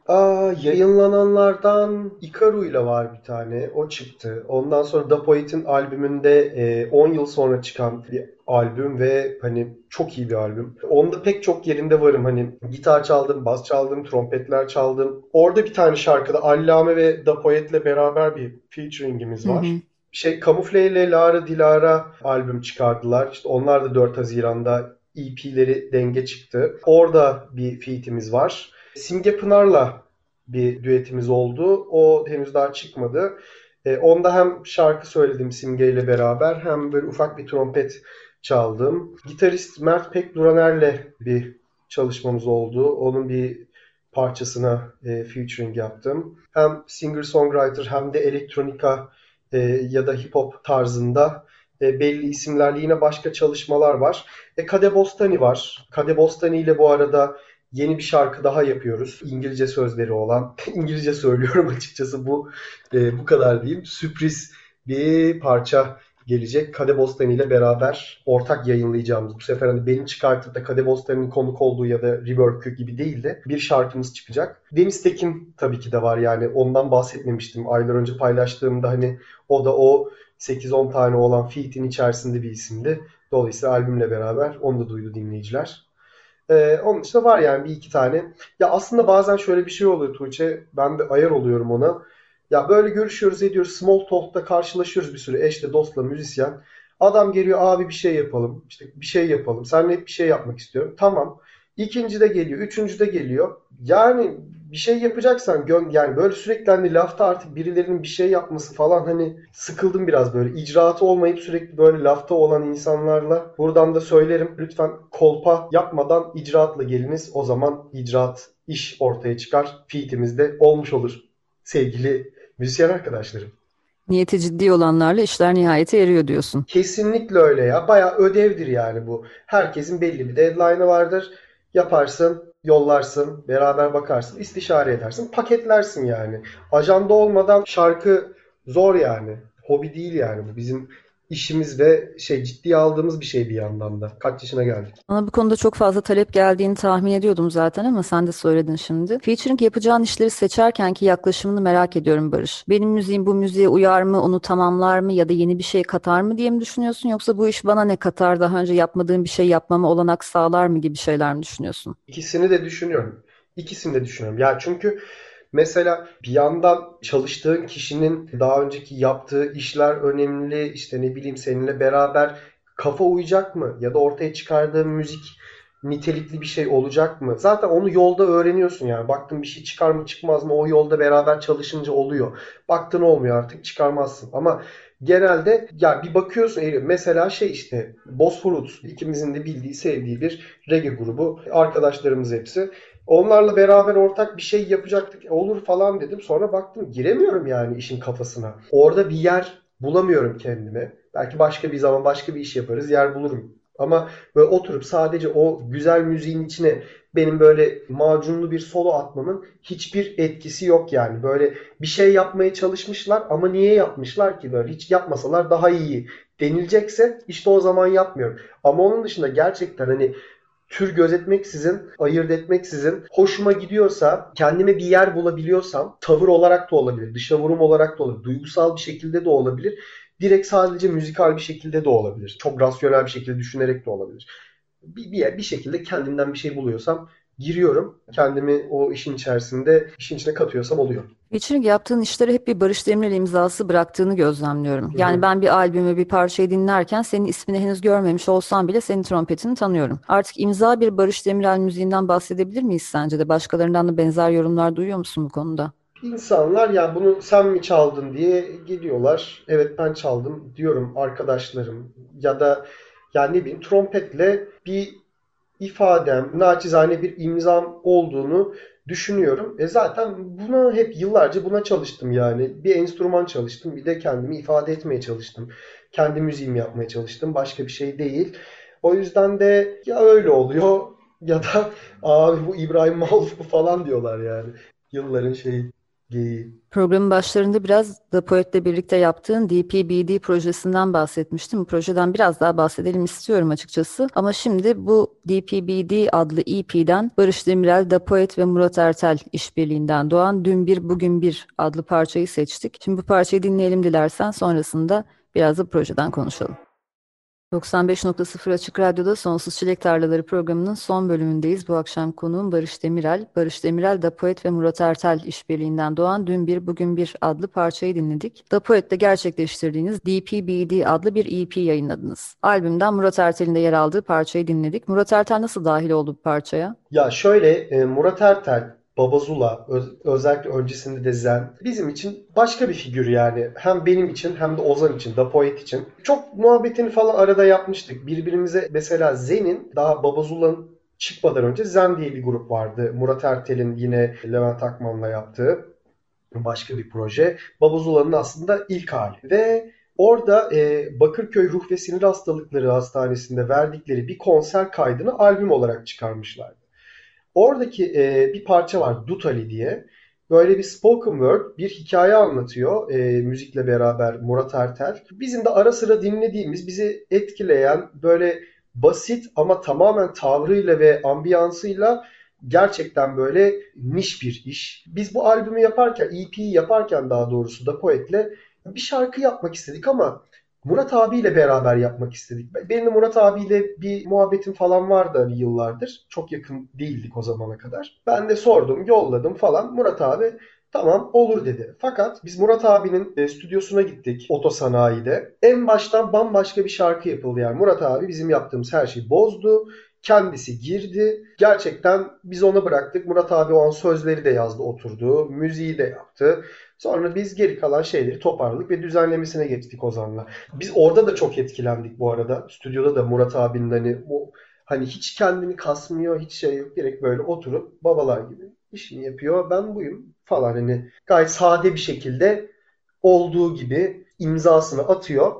Yayınlananlardan Ikaru'yla var bir tane. O çıktı. Ondan sonra Da Poet'in albümünde 10 yıl sonra çıkan bir albüm ve hani çok iyi bir albüm. Onda pek çok yerinde varım. Hani gitar çaldım, bas çaldım, trompetler çaldım. Orada bir tane şarkıda Allame ve Da Poet'le beraber bir featuringimiz Hı var. hı. Kamufle ile Lara Dilara albüm çıkardılar. İşte onlar da 4 Haziran'da EP'leri denge çıktı. Orada bir feat'imiz var. Simge Pınar'la bir düetimiz oldu. O henüz daha çıkmadı. Onda hem şarkı söyledim Simge ile beraber hem böyle ufak bir trompet çaldım. Gitarist Mert Pek Duraner'le bir çalışmamız oldu. Onun bir parçasına featuring yaptım. Hem singer-songwriter hem de elektronika ya da hip hop tarzında belli isimlerle yine başka çalışmalar var. Kade Bostani var. Kade Bostani ile bu arada yeni bir şarkı daha yapıyoruz. İngilizce sözleri olan. İngilizce söylüyorum açıkçası bu kadar diyeyim. Sürpriz bir parça gelecek. Kadebostani ile beraber ortak yayınlayacağımız, bu sefer hani benim çıkartıp da Kadebostani'nin konuk olduğu ya da rework gibi değil de bir şarkımız çıkacak. Deniz Tekin tabii ki de var, yani ondan bahsetmemiştim. Aylar önce paylaştığımda hani o da o 8-10 tane olan feat'in içerisinde bir isimdi. Dolayısıyla albümle beraber onu da duydu dinleyiciler. Onun dışında var yani bir iki tane. Ya aslında bazen şöyle bir şey oluyor Tuğçe. Ben de ayar oluyorum ona. Ya böyle görüşüyoruz ediyoruz. Small talk'ta karşılaşıyoruz bir sürü eşle, dostla, müzisyen. Adam geliyor, abi bir şey yapalım. İşte bir şey yapalım. Seninle hep bir şey yapmak istiyorum. Tamam. İkinci de geliyor. Üçüncü de geliyor. Yani bir şey yapacaksan yani böyle sürekli hani lafta artık birilerinin bir şey yapması falan, hani sıkıldım biraz böyle. İcraatı olmayıp sürekli böyle lafta olan insanlarla. Buradan da söylerim, lütfen kolpa yapmadan icraatla geliniz. O zaman icraat, iş ortaya çıkar. Feat'imiz de olmuş olur sevgili müzisyen arkadaşlarım. Niyeti ciddi olanlarla işler nihayete eriyor diyorsun. Kesinlikle öyle ya. Bayağı ödevdir yani bu. Herkesin belli bir deadline'ı vardır. Yaparsın, yollarsın, beraber bakarsın, istişare edersin, paketlersin yani. Ajanda olmadan şarkı zor yani. Hobi değil yani bu. Bizim işimiz ve ciddiye aldığımız bir şey bir yandan da. Kaç yaşına geldik. Bana bu konuda çok fazla talep geldiğini tahmin ediyordum zaten ama sen de söyledin şimdi. Featuring yapacağın işleri seçerkenki yaklaşımını merak ediyorum Barış. Benim müziğim bu müziğe uyar mı, onu tamamlar mı ya da yeni bir şey katar mı diye mi düşünüyorsun? Yoksa bu iş bana ne katar, daha önce yapmadığım bir şey yapmama olanak sağlar mı gibi şeyler mi düşünüyorsun? İkisini de düşünüyorum. İkisini de düşünüyorum. Ya çünkü mesela bir yandan çalıştığın kişinin daha önceki yaptığı işler önemli. İşte ne bileyim, seninle beraber kafa uyacak mı? Ya da ortaya çıkardığın müzik nitelikli bir şey olacak mı? Zaten onu yolda öğreniyorsun yani. Baktın bir şey çıkar mı çıkmaz mı, o yolda beraber çalışınca oluyor. Baktın olmuyor, artık çıkarmazsın. Ama genelde ya bir bakıyorsun mesela işte Bosphorus, ikimizin de bildiği sevdiği bir reggae grubu. Arkadaşlarımız hepsi. Onlarla beraber ortak bir şey yapacaktık. Olur falan dedim. Sonra baktım giremiyorum yani işin kafasına. Orada bir yer bulamıyorum kendime. Belki başka bir zaman başka bir iş yaparız, yer bulurum. Ama böyle oturup sadece o güzel müziğin içine benim böyle macunlu bir solo atmamın hiçbir etkisi yok yani. Böyle bir şey yapmaya çalışmışlar ama niye yapmışlar ki, böyle hiç yapmasalar daha iyi denilecekse işte o zaman yapmıyorum. Ama onun dışında gerçekten hani tür gözetmeksizin, ayırt etmeksizin hoşuma gidiyorsa, kendime bir yer bulabiliyorsam, tavır olarak da olabilir, dışa vurum olarak da olabilir, duygusal bir şekilde de olabilir, direkt sadece müzikal bir şekilde de olabilir. Çok rasyonel bir şekilde düşünerek de olabilir. Bir şekilde kendimden bir şey buluyorsam giriyorum. Kendimi o işin içerisinde, işin içine katıyorsam oluyor. Featuring yaptığın işlere hep bir Barış Demirel imzası bıraktığını gözlemliyorum. Hı Yani hı. ben bir albümü, bir parçayı dinlerken senin ismini henüz görmemiş olsam bile senin trompetini tanıyorum. Artık imza bir Barış Demirel müziğinden bahsedebilir miyiz sence de? Başkalarından da benzer yorumlar duyuyor musun bu konuda? İnsanlar ya bunu sen mi çaldın diye geliyorlar. Evet ben çaldım diyorum arkadaşlarım. Ya da yani ne bileyim, trompetle bir ifadem, naçizane bir imzam olduğunu düşünüyorum. Zaten buna hep yıllarca buna çalıştım yani. Bir enstrüman çalıştım, bir de kendimi ifade etmeye çalıştım. Kendi müziğimi yapmaya çalıştım. Başka bir şey değil. O yüzden de ya öyle oluyor ya da abi bu İbrahim Maluf bu falan diyorlar yani. Yılların geyiği. Programın başlarında biraz The Poet'le birlikte yaptığın DPBD projesinden bahsetmiştim. Bu projeden biraz daha bahsedelim istiyorum açıkçası. Ama şimdi bu DPBD adlı EP'den Barış Demirel, The Poet ve Murat Ertel işbirliğinden doğan Dün Bir Bugün Bir adlı parçayı seçtik. Şimdi bu parçayı dinleyelim dilersen, sonrasında biraz da projeden konuşalım. 95.0 Açık Radyo'da Sonsuz Çilek Tarlaları programının son bölümündeyiz. Bu akşam konuğum Barış Demirel. Barış Demirel, Da Poet ve Murat Ertel işbirliğinden doğan Dün Bir Bugün Bir adlı parçayı dinledik. Da Poet'te gerçekleştirdiğiniz DPBD adlı bir EP yayınladınız. Albümden Murat Ertel'in de yer aldığı parçayı dinledik. Murat Ertel nasıl dahil oldu bu parçaya? Ya şöyle, Murat Ertel, Babazula, özellikle öncesinde de Zen bizim için başka bir figür yani. Hem benim için hem de Ozan için, Da Poet için. Çok muhabbetini falan arada yapmıştık. Birbirimize mesela Zen'in, daha Babazula'nın çıkmadan önce Zen diye bir grup vardı. Murat Ertel'in yine Levent Akman'la yaptığı başka bir proje. Babazula'nın aslında ilk hali. Ve orada Bakırköy Ruh ve Sinir Hastalıkları Hastanesi'nde verdikleri bir konser kaydını albüm olarak çıkarmışlardı. Oradaki bir parça var, Dutali diye. Böyle bir spoken word, bir hikaye anlatıyor müzikle beraber Murat Ertel. Bizim de ara sıra dinlediğimiz, bizi etkileyen böyle basit ama tamamen tavrıyla ve ambiyansıyla gerçekten böyle niş bir iş. Biz bu albümü yaparken, EP'yi yaparken daha doğrusu da Poet'le bir şarkı yapmak istedik ama Murat abiyle beraber yapmak istedik. Benim de Murat abiyle bir muhabbetim falan vardı hani yıllardır. Çok yakın değildik o zamana kadar. Ben de sordum, yolladım falan. Murat abi tamam olur dedi. Fakat biz Murat abinin stüdyosuna gittik Otosanayi'de. En baştan bambaşka bir şarkı yapıldı yani. Murat abi bizim yaptığımız her şeyi bozdu. Kendisi girdi. Gerçekten biz ona bıraktık. Murat abi o an sözleri de yazdı, oturdu. Müziği de yaptı. Sonra biz geri kalan şeyleri toparladık ve düzenlemesine geçtik Ozan'la. Biz orada da çok etkilendik bu arada. Stüdyoda da Murat abinin hani hiç kendini kasmıyor, hiç şey yok. Direkt böyle oturup babalar gibi işini yapıyor. Ben buyum falan hani gayet sade bir şekilde olduğu gibi imzasını atıyor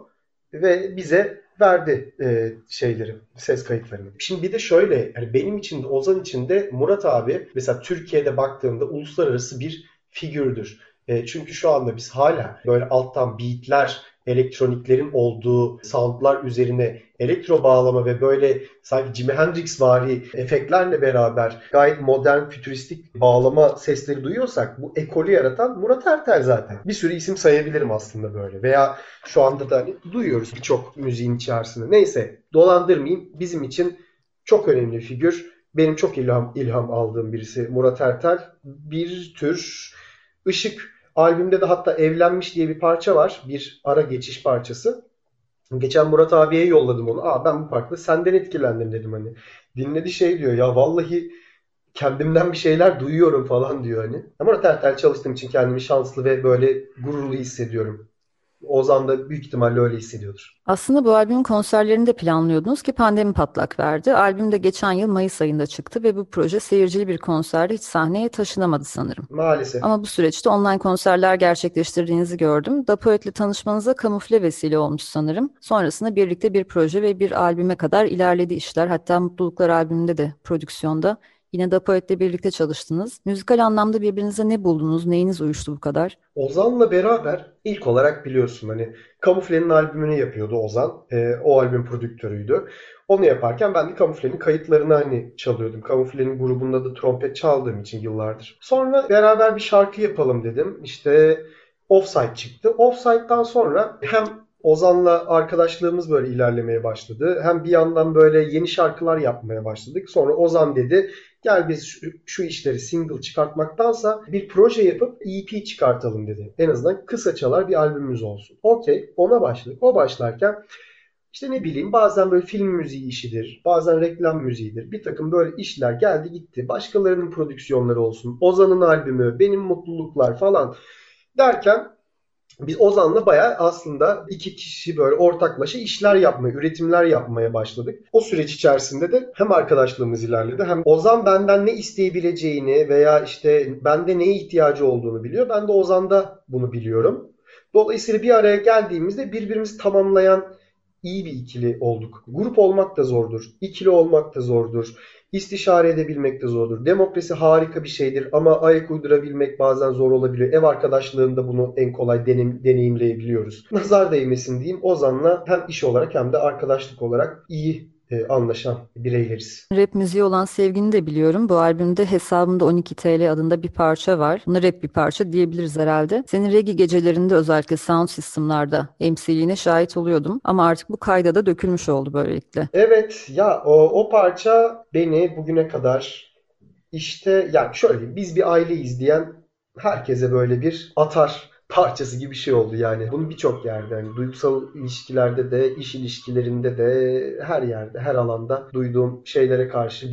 ve bize verdi şeyleri, ses kayıtlarını. Şimdi bir de şöyle, yani benim için de Ozan için de Murat abi mesela Türkiye'de baktığımda uluslararası bir figürdür. Çünkü şu anda biz hala böyle alttan beatler, elektroniklerin olduğu soundlar üzerine elektro bağlama ve böyle sanki Jimi Hendrix-vari efektlerle beraber gayet modern, fütüristik bağlama sesleri duyuyorsak bu ekolü yaratan Murat Ertel zaten. Bir sürü isim sayabilirim aslında böyle. Veya şu anda da hani duyuyoruz birçok müziğin içerisinde. Neyse dolandırmayayım. Bizim için çok önemli bir figür. Benim çok ilham aldığım birisi Murat Ertel. Bir tür ışık. Albümde de hatta Evlenmiş diye bir parça var. Bir ara geçiş parçası. Geçen Murat abiye yolladım onu. Ben bu parçada senden etkilendim dedim hani. Dinledi şey diyor ya vallahi kendimden bir şeyler duyuyorum falan diyor hani. Murat Ertel çalıştığım için kendimi şanslı ve böyle gururlu hissediyorum. Ozan da büyük ihtimalle öyle hissediyordur. Aslında bu albümün konserlerini de planlıyordunuz ki pandemi patlak verdi. Albüm de geçen yıl Mayıs ayında çıktı ve bu proje seyircili bir konserde hiç sahneye taşınamadı sanırım. Maalesef. Ama bu süreçte online konserler gerçekleştirdiğinizi gördüm. Da Poet'le tanışmanıza kamufle vesile olmuş sanırım. Sonrasında birlikte bir proje ve bir albüme kadar ilerledi işler. Hatta Mutluluklar albümünde de prodüksiyonda. Yine Da Poet'le birlikte çalıştınız. Müzikal anlamda birbirinize ne buldunuz? Neyiniz uyuştu bu kadar? Ozan'la beraber ilk olarak biliyorsun hani Kamufle'nin albümünü yapıyordu Ozan. O albüm prodüktörüydü. Onu yaparken ben de Kamufle'nin kayıtlarını hani çalıyordum. Kamufle'nin grubunda da trompet çaldığım için yıllardır. Sonra beraber bir şarkı yapalım dedim. İşte Offside çıktı. Offside'dan sonra hem Ozan'la arkadaşlığımız böyle ilerlemeye başladı. Hem bir yandan böyle yeni şarkılar yapmaya başladık. Sonra Ozan dedi gel biz şu işleri single çıkartmaktansa bir proje yapıp EP çıkartalım dedi. En azından kısa çalar bir albümümüz olsun. Okey, ona başladık. O başlarken işte ne bileyim bazen böyle film müziği işidir, bazen reklam müziğidir. Bir takım böyle işler geldi gitti. Başkalarının prodüksiyonları olsun, Ozan'ın albümü, benim mutluluklar falan derken biz Ozan'la bayağı aslında iki kişi böyle ortaklaşa işler yapmaya, üretimler yapmaya başladık. O süreç içerisinde de hem arkadaşlığımız ilerledi hem Ozan benden ne isteyebileceğini veya işte bende neye ihtiyacı olduğunu biliyor. Ben de Ozan'da bunu biliyorum. Dolayısıyla bir araya geldiğimizde birbirimizi tamamlayan iyi bir ikili olduk. Grup olmak da zordur. İkili olmak da zordur. İstişare edebilmek de zordur. Demokrasi harika bir şeydir ama ayak uydurabilmek bazen zor olabiliyor. Ev arkadaşlığında bunu en kolay deneyimleyebiliyoruz. Nazar değmesin diyeyim. Ozan'la hem iş olarak hem de arkadaşlık olarak iyi anlaşan bireyleriz. Rap müziği olan sevgini de biliyorum. Bu albümde Hesabımda 12 TL adında bir parça var. Buna rap bir parça diyebiliriz herhalde. Senin reggae gecelerinde özellikle sound system'larda MC'liğine şahit oluyordum. Ama artık bu kayda da dökülmüş oldu böylelikle. Evet ya o parça beni bugüne kadar işte yani şöyle diyeyim, biz bir aileyiz diyen herkese böyle bir atar parçası gibi bir şey oldu yani. Bunu birçok yerde hani duygusal ilişkilerde de, iş ilişkilerinde de her yerde, her alanda duyduğum şeylere karşı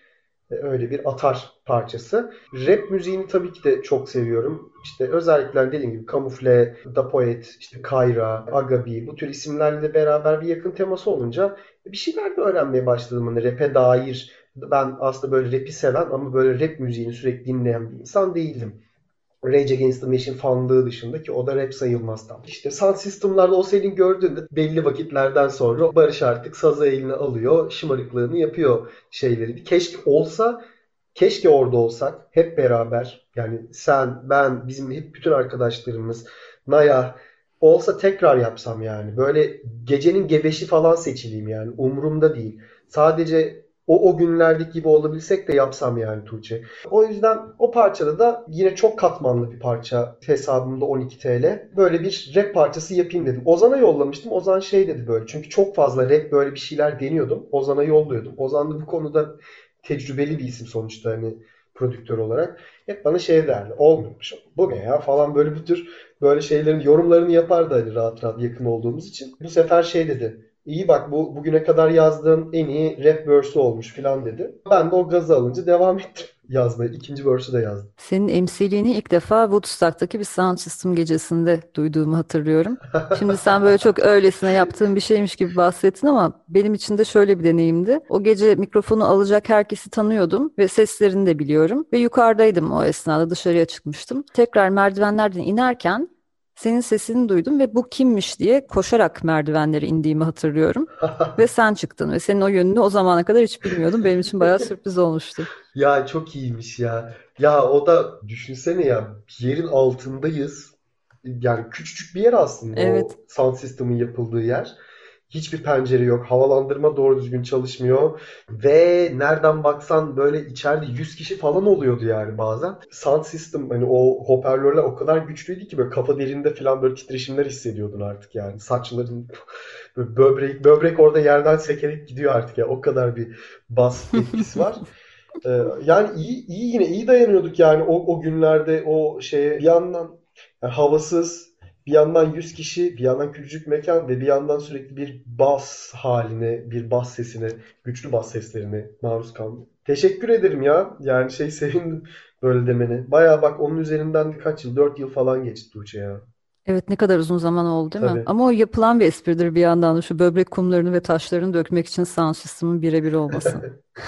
öyle bir atar parçası. Rap müziğini tabii ki de çok seviyorum. İşte özellikle dediğim gibi Kamufle, Da Poet, işte Kayra, Agabi bu tür isimlerle de beraber bir yakın teması olunca bir şeyler de öğrenmeye başladım. Hani rap'e dair ben aslında böyle rap'i seven ama böyle rap müziğini sürekli dinleyen bir insan değildim. Rage Against the Machine fanlığı dışında ki o da rap sayılmaz tam. İşte sound system'larda o senin gördüğünde belli vakitlerden sonra Barış artık sazı eline alıyor, şımarıklığını yapıyor şeyleri. Keşke olsa Keşke orada olsak hep beraber, yani sen, ben, bizim hep bütün arkadaşlarımız, Naya olsa tekrar yapsam yani. Böyle gecenin gebeşi falan seçileyim yani. Umurumda değil. Sadece o günlerdeki gibi olabilsek de yapsam yani Tuğçe. O yüzden o parçada da yine çok katmanlı bir parça, hesabımda 12 TL. Böyle bir rap parçası yapayım dedim. Ozan'a yollamıştım. Ozan şey dedi böyle. Çünkü çok fazla rap böyle bir şeyler deniyordum. Ozan'a yolluyordum. Ozan da bu konuda tecrübeli bir isim sonuçta, hani prodüktör olarak. Hep bana şey derdi. Olmuyormuş. Bu ne ya falan, böyle bir tür böyle şeylerin yorumlarını yapardı hani, rahat rahat yakın olduğumuz için. Bu sefer şey dedi. İyi bak, bu bugüne kadar yazdığın en iyi rap verse'ü olmuş falan dedi. Ben de o gazı alınca devam ettim yazmaya. İkinci verse'ü de yazdım. Senin MC'liğini ilk defa Woodstock'taki bir Sound System gecesinde duyduğumu hatırlıyorum. Şimdi sen böyle çok öylesine yaptığın bir şeymiş gibi bahsettin ama benim için de şöyle bir deneyimdi. O gece mikrofonu alacak herkesi tanıyordum ve seslerini de biliyorum. Ve yukarıdaydım o esnada, dışarıya çıkmıştım. Tekrar merdivenlerden inerken senin sesini duydum ve bu kimmiş diye koşarak merdivenlere indiğimi hatırlıyorum. Ve sen çıktın ve senin o yönünü o zamana kadar hiç bilmiyordum. Benim için bayağı sürpriz olmuştu. Ya çok iyiymiş ya. Ya o da düşünsene ya, yerin altındayız. Yani küçücük bir yer aslında Evet. o sound system'ın yapıldığı yer. Hiçbir pencere yok. Havalandırma doğru düzgün çalışmıyor. Ve nereden baksan böyle içeride 100 kişi falan oluyordu yani bazen. Sound system, hani o hoparlörler o kadar güçlüydü ki böyle kafa derinde falan böyle titreşimler hissediyordun artık yani. Saçların böyle böbrek orada yerden sekerek gidiyor artık ya. O kadar bir bas etkisi var. Yani iyi yine iyi dayanıyorduk yani o günlerde o şeye, bir yandan yani havasız, bir yandan 100 kişi, bir yandan küçücük mekan ve bir yandan sürekli bir bas haline, bir bas sesine, güçlü bas seslerine maruz kaldım. Teşekkür ederim ya. Yani şey, sevindim böyle demeni. Baya bak, onun üzerinden birkaç yıl, 4 yıl falan geçti Tuğçe ya. Evet, ne kadar uzun zaman oldu değil mi? Tabii. Ama o yapılan bir espridir bir yandan da, şu böbrek kumlarını ve taşlarını dökmek için sound system'ın birebir olması.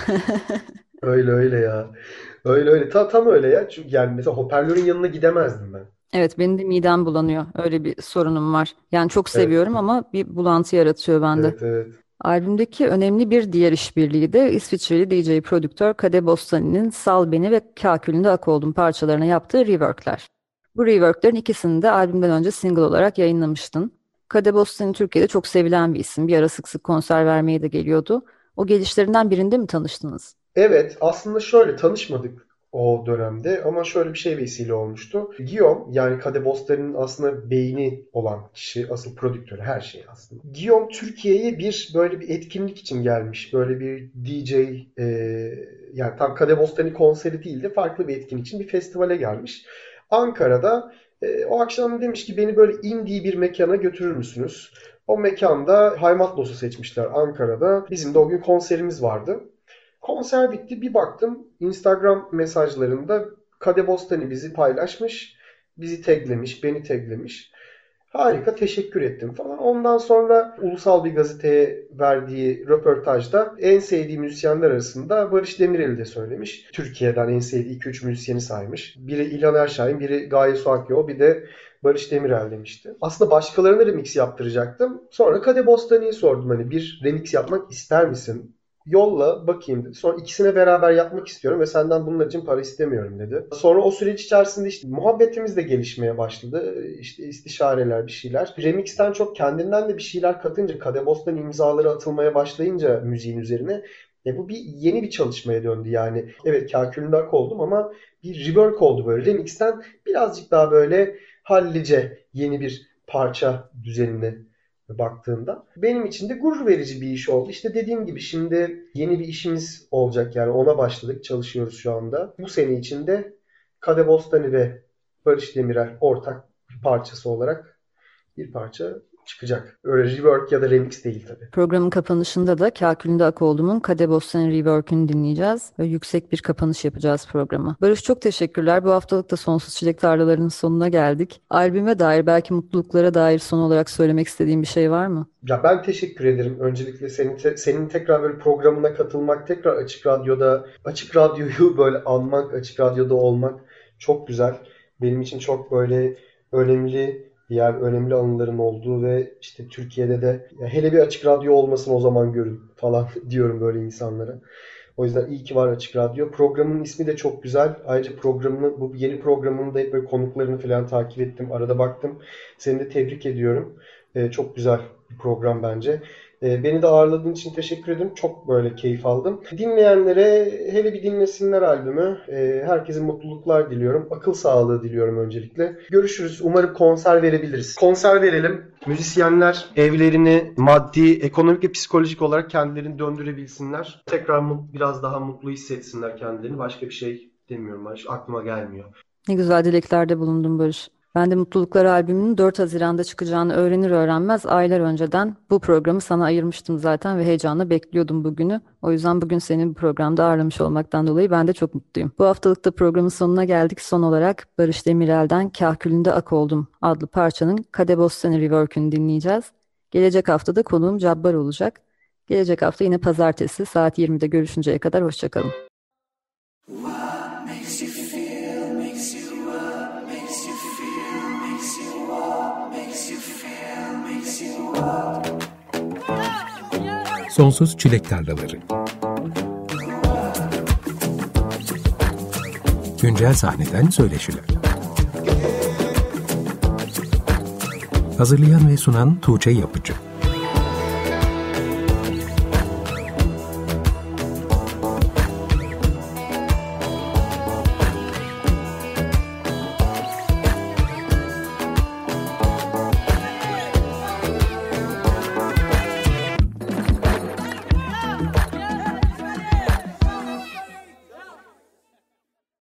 Öyle öyle ya. Öyle öyle. Tam öyle ya. Çünkü yani mesela hoparlörün yanına gidemezdim ben. Evet, benim de midem bulanıyor. Öyle bir sorunum var. Yani çok Evet. seviyorum ama bir bulantı yaratıyor bende. Evet evet. Albümdeki önemli bir diğer işbirliği de İsviçreli DJ prodüktör Kade Bostani'nin Sal Beni ve Kakül'ünde Ak Oldum parçalarına yaptığı reworkler. Bu reworklerin ikisini de albümden önce single olarak yayınlamıştın. Kade Bostani Türkiye'de çok sevilen bir isim. Bir ara sık sık konser vermeye de geliyordu. O gelişlerinden birinde mi tanıştınız? Evet, aslında şöyle tanışmadık o dönemde ama şöyle bir şey vesile olmuştu. Guillaume, yani Kade Bostani'nin aslında beyni olan kişi, asıl prodüktörü, her şey aslında. Guillaume Türkiye'ye bir böyle bir etkinlik için gelmiş. Böyle bir DJ, yani tam Kade Bostani konseri değil de farklı bir etkinlik için bir festivale gelmiş. Ankara'da o akşam demiş ki beni böyle indie bir mekana götürür müsünüz? O mekanda Haymatlos'u seçmişler Ankara'da. Bizim de o gün konserimiz vardı. Konser bitti, bir baktım Instagram mesajlarında Kade Bostani bizi paylaşmış. Bizi taglemiş, beni taglemiş. Harika, teşekkür ettim falan. Ondan sonra ulusal bir gazeteye verdiği röportajda en sevdiği müzisyenler arasında Barış Demirel'i de söylemiş. Türkiye'den en sevdiği 2-3 müzisyeni saymış. Biri İlhan Erşahin, biri Gaye Su Akyol, bir de Barış Demirel demişti. Aslında başkalarına remix yaptıracaktım. Sonra Kade Bostani'yi sordum, hani bir remix yapmak ister misin? Yolla bakayım dedi. Sonra ikisine beraber yapmak istiyorum ve senden bunun için para istemiyorum dedi. Sonra o süreç içerisinde işte muhabbetimiz de gelişmeye başladı. İşte istişareler, bir şeyler. Remix'ten çok kendinden de bir şeyler katınca, Kade Bostan imzaları atılmaya başlayınca müziğin üzerine, bu bir yeni bir çalışmaya döndü yani. Evet, kakülündak oldum ama bir rework oldu böyle. Remix'ten birazcık daha böyle hallice yeni bir parça düzenine baktığında. Benim için de gurur verici bir iş oldu. İşte dediğim gibi şimdi yeni bir işimiz olacak, yani ona başladık, çalışıyoruz şu anda. Bu sene içinde Kade Bostani ve Barış Demirel ortak bir parçası olarak bir parça çıkacak. Öyle rework ya da remix değil tabii. Programın kapanışında da Kakülünde Ak Oldum'un Kade Bostan Rework'ünü dinleyeceğiz ve yüksek bir kapanış yapacağız programa. Barış, çok teşekkürler. Bu haftalık da Sonsuz Çilek Tarlalarının sonuna geldik. Albüme dair, belki mutluluklara dair son olarak söylemek istediğim bir şey var mı? Ya ben teşekkür ederim. Öncelikle senin tekrar böyle programına katılmak, tekrar Açık Radyo'yu böyle anmak, Açık Radyo'da olmak çok güzel. Benim için çok böyle önemli diğer önemli anıların olduğu ve işte Türkiye'de de hele bir Açık Radyo olmasın o zaman görün falan diyorum böyle insanlara. O yüzden iyi ki var Açık Radyo. Programın ismi de çok güzel. Ayrıca bu yeni programını da hep böyle konuklarını falan takip ettim. Arada baktım. Seni de tebrik ediyorum. Çok güzel bir program bence. Beni de ağırladığın için teşekkür ederim. Çok böyle keyif aldım. Dinleyenlere hele bir dinlesinler albümü. Herkese mutluluklar diliyorum. Akıl sağlığı diliyorum öncelikle. Görüşürüz. Umarım konser verebiliriz. Konser verelim. Müzisyenler evlerini maddi, ekonomik ve psikolojik olarak kendilerini döndürebilsinler. Tekrar biraz daha mutlu hissetsinler kendilerini. Başka bir şey demiyorum. Aklıma gelmiyor. Ne güzel dileklerde bulundum Barış. Ben de Mutluluklar albümünün 4 Haziran'da çıkacağını öğrenir öğrenmez aylar önceden bu programı sana ayırmıştım zaten ve heyecanla bekliyordum bugünü. O yüzden bugün seni bu programda ağırlamış olmaktan dolayı ben de çok mutluyum. Bu haftalıkta programın sonuna geldik. Son olarak Barış Demirel'den Kahkülünde Ak Oldum adlı parçanın Kadebostani Rework'ünü dinleyeceğiz. Gelecek haftada konuğum Cabbar olacak. Gelecek hafta yine pazartesi saat 20'de görüşünceye kadar hoşçakalın. Sonsuz Çilek Tarlaları. Güncel sahneden söyleşiler. Hazırlayan ve sunan Tuğçe Yapıcı.